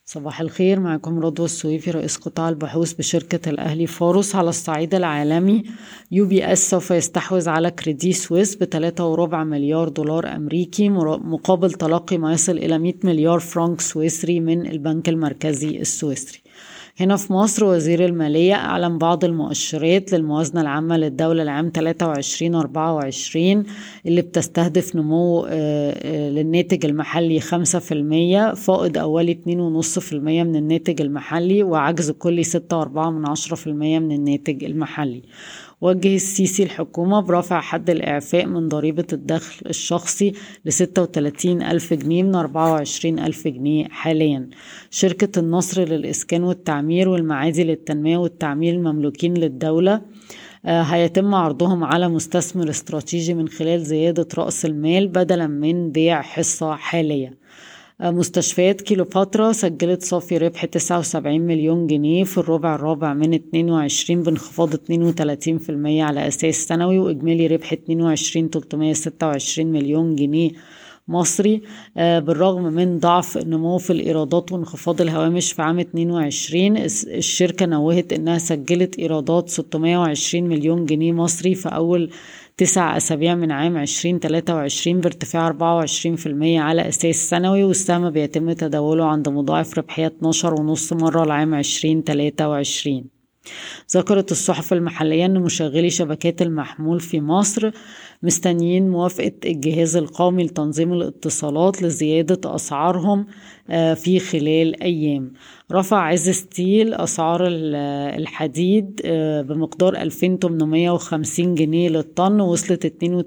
صباح الخير، معكم رضوى السويفي رئيس قطاع البحوث بشركة الأهلي فورس. على الصعيد العالمي UBS سوف يستحوذ على كريدي سويس ب3.25 مليار دولار أمريكي مقابل تلقي ما يصل إلى 100 مليار فرنك سويسري من البنك المركزي السويسري. هنا في مصر وزير المالية أعلن بعض المؤشرات للموازنة العامة للدولة العام 23-24 اللي بتستهدف نمو للناتج المحلي 5%، فائض أولي 2.5% من الناتج المحلي، وعجز كلي 6.4% من الناتج المحلي. وجه السيسي الحكومة برفع حد الإعفاء من ضريبة الدخل الشخصي ل36,000 جنيه من 24,000 جنيه حاليا. شركة النصر للإسكان والتعمير والمعادي للتنمية والتعمير المملوكين للدولة هيتم عرضهم على مستثمر استراتيجي من خلال زيادة رأس المال بدلا من بيع حصة حالية. مستشفيات كيلوباترا سجلت صافي ربح 79 مليون جنيه في الربع الرابع من 22 بانخفاض 32% على أساس سنوي، وإجمالي ربح 22,326 مليون جنيه مصري. بالرغم من ضعف النمو في الإيرادات وانخفاض الهوامش في عام 22، الشركة نوهت أنها سجلت إيرادات 620 مليون جنيه مصري في أول 9 أسابيع من عام 2023 بارتفاع 24% على أساس سنوي، والسهم بيتم تداوله عند مضاعف ربحية 12.5 مرة لعام 2023. ذكرت الصحف المحلية أن مشغلي شبكات المحمول في مصر مستنيين موافقة الجهاز القومي لتنظيم الاتصالات لزيادة أسعارهم في خلال أيام. رفع عز ستيل أسعار الحديد بمقدار 2,850 جنيه للطن، وصلت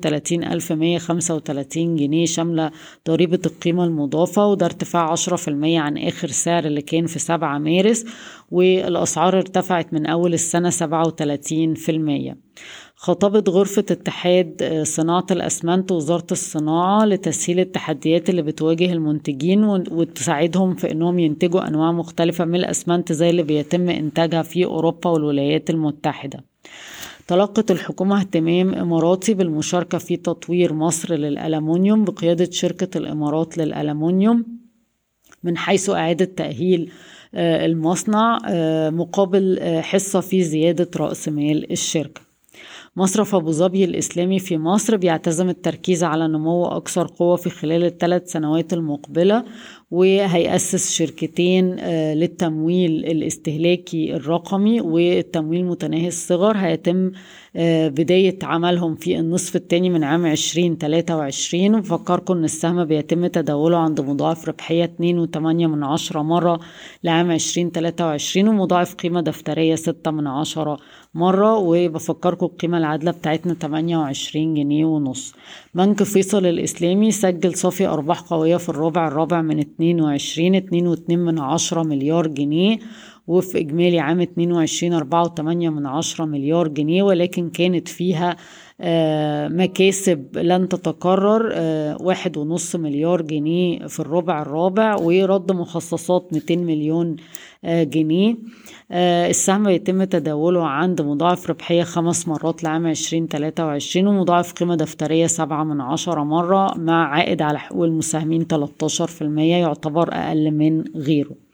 32,135 جنيه شاملة ضريبة القيمة المضافة، وده ارتفاع 10% عن آخر سعر اللي كان في 7 مارس، والأسعار ارتفعت من أول السنة 37%. خطبت غرفة اتحاد صناعة الأسمنت وزارة الصناعة لتسهيل التحديات اللي بتواجه المنتجين وتساعدهم في أنهم ينتجوا أنواع مختلفة من الأسمنت زي اللي بيتم إنتاجها في أوروبا والولايات المتحدة. تلقت الحكومة اهتمام إماراتي بالمشاركة في تطوير مصر للألمنيوم بقيادة شركة الإمارات للألمنيوم من حيث إعادة تأهيل المصنع مقابل حصة في زيادة رأس مال الشركة. مصرف أبو ظبي الإسلامي في مصر بيعتزم التركيز على نمو أكثر قوة في خلال ال3 سنوات المقبلة، وهيأسس شركتين للتمويل الاستهلاكي الرقمي والتمويل متناهي الصغر هيتم بداية عملهم في النصف الثاني من عام 2023. وفكركم أن السهم بيتم تداوله عند مضاعف ربحية 2.8 مرة لعام 2023، ومضاعف قيمة دفترية 6 مرة، وبفكركم القيمة العادلة بتاعتنا 28 جنيه ونص. بنك فيصل الإسلامي سجل صافي أرباح قوية في الربع الرابع من 22 2.2 مليار جنيه، وفي إجمالي عام 22 4.8 مليار جنيه، ولكن كانت فيها مكاسب لن تتكرر 1.5 مليار جنيه في الربع الرابع، ورد مخصصات 200 مليون جنيه. السهم يتم تداوله عند مضاعف ربحية 5 مرات لعام 2023، ومضاعف قيمة دفترية 7 مرة مع عائد على حقوق المساهمين 13%، يعتبر أقل من غيره.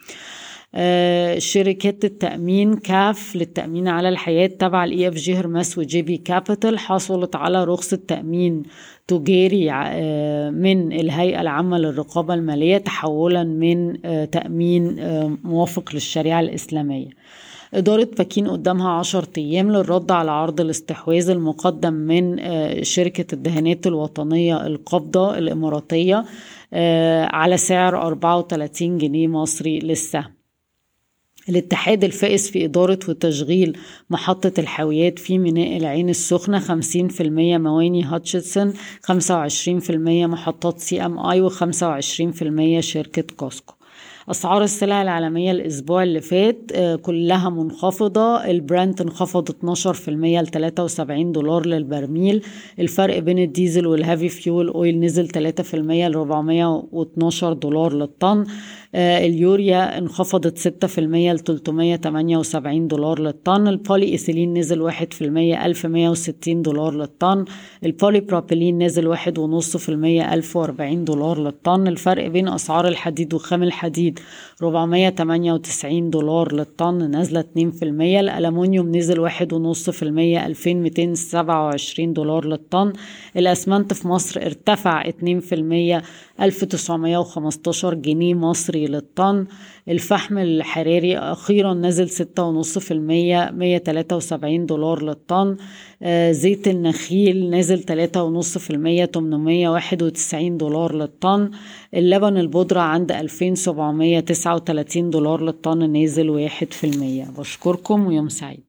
شركات التأمين كاف للتأمين على الحياة تبع الEFG هرمس وجي بي كابيتال حصلت على رخصة تأمين تجاري من الهيئة العامة للرقابة المالية تحولا من تأمين موافق للشريعة الإسلامية. إدارة بكين قدامها 10 أيام للرد على عرض الاستحواذ المقدم من شركة الدهانات الوطنية القابضة الإماراتية على سعر 34 جنيه مصري للسهم. الاتحاد الفائز في إدارة وتشغيل محطة الحاويات في ميناء العين السخنة 50% مواني هاتشسون، 25% محطات CMI، و25% شركة كوسكو. أسعار السلع العالمية الأسبوع اللي فات كلها منخفضة. البرنت انخفض 12% ل $73 للبرميل. الفرق بين الديزل والهافي فيول أويل نزل 3% ل $412 للطن. اليوريا انخفضت 6% ل 378 دولار للطن. البولي إيثيلين نزل 1% 1160 دولار للطن. البولي بروبيلين نزل 1.5% 1040 دولار للطن. الفرق بين أسعار الحديد وخام الحديد 498 دولار للطن، نزل 2%. الألمنيوم نزل 1.5% 2227 دولار للطن. الأسمنت في مصر ارتفع 2% 1915 جنيه مصري للطن. الفحم الحراري أخيرا نزل 6.5% 173 دولار للطن. زيت النخيل نزل 3.5% 891 دولار للطن. اللبن البودرة عند 2739 دولار للطن، نازل 1%. بشكركم ويوم سعيد.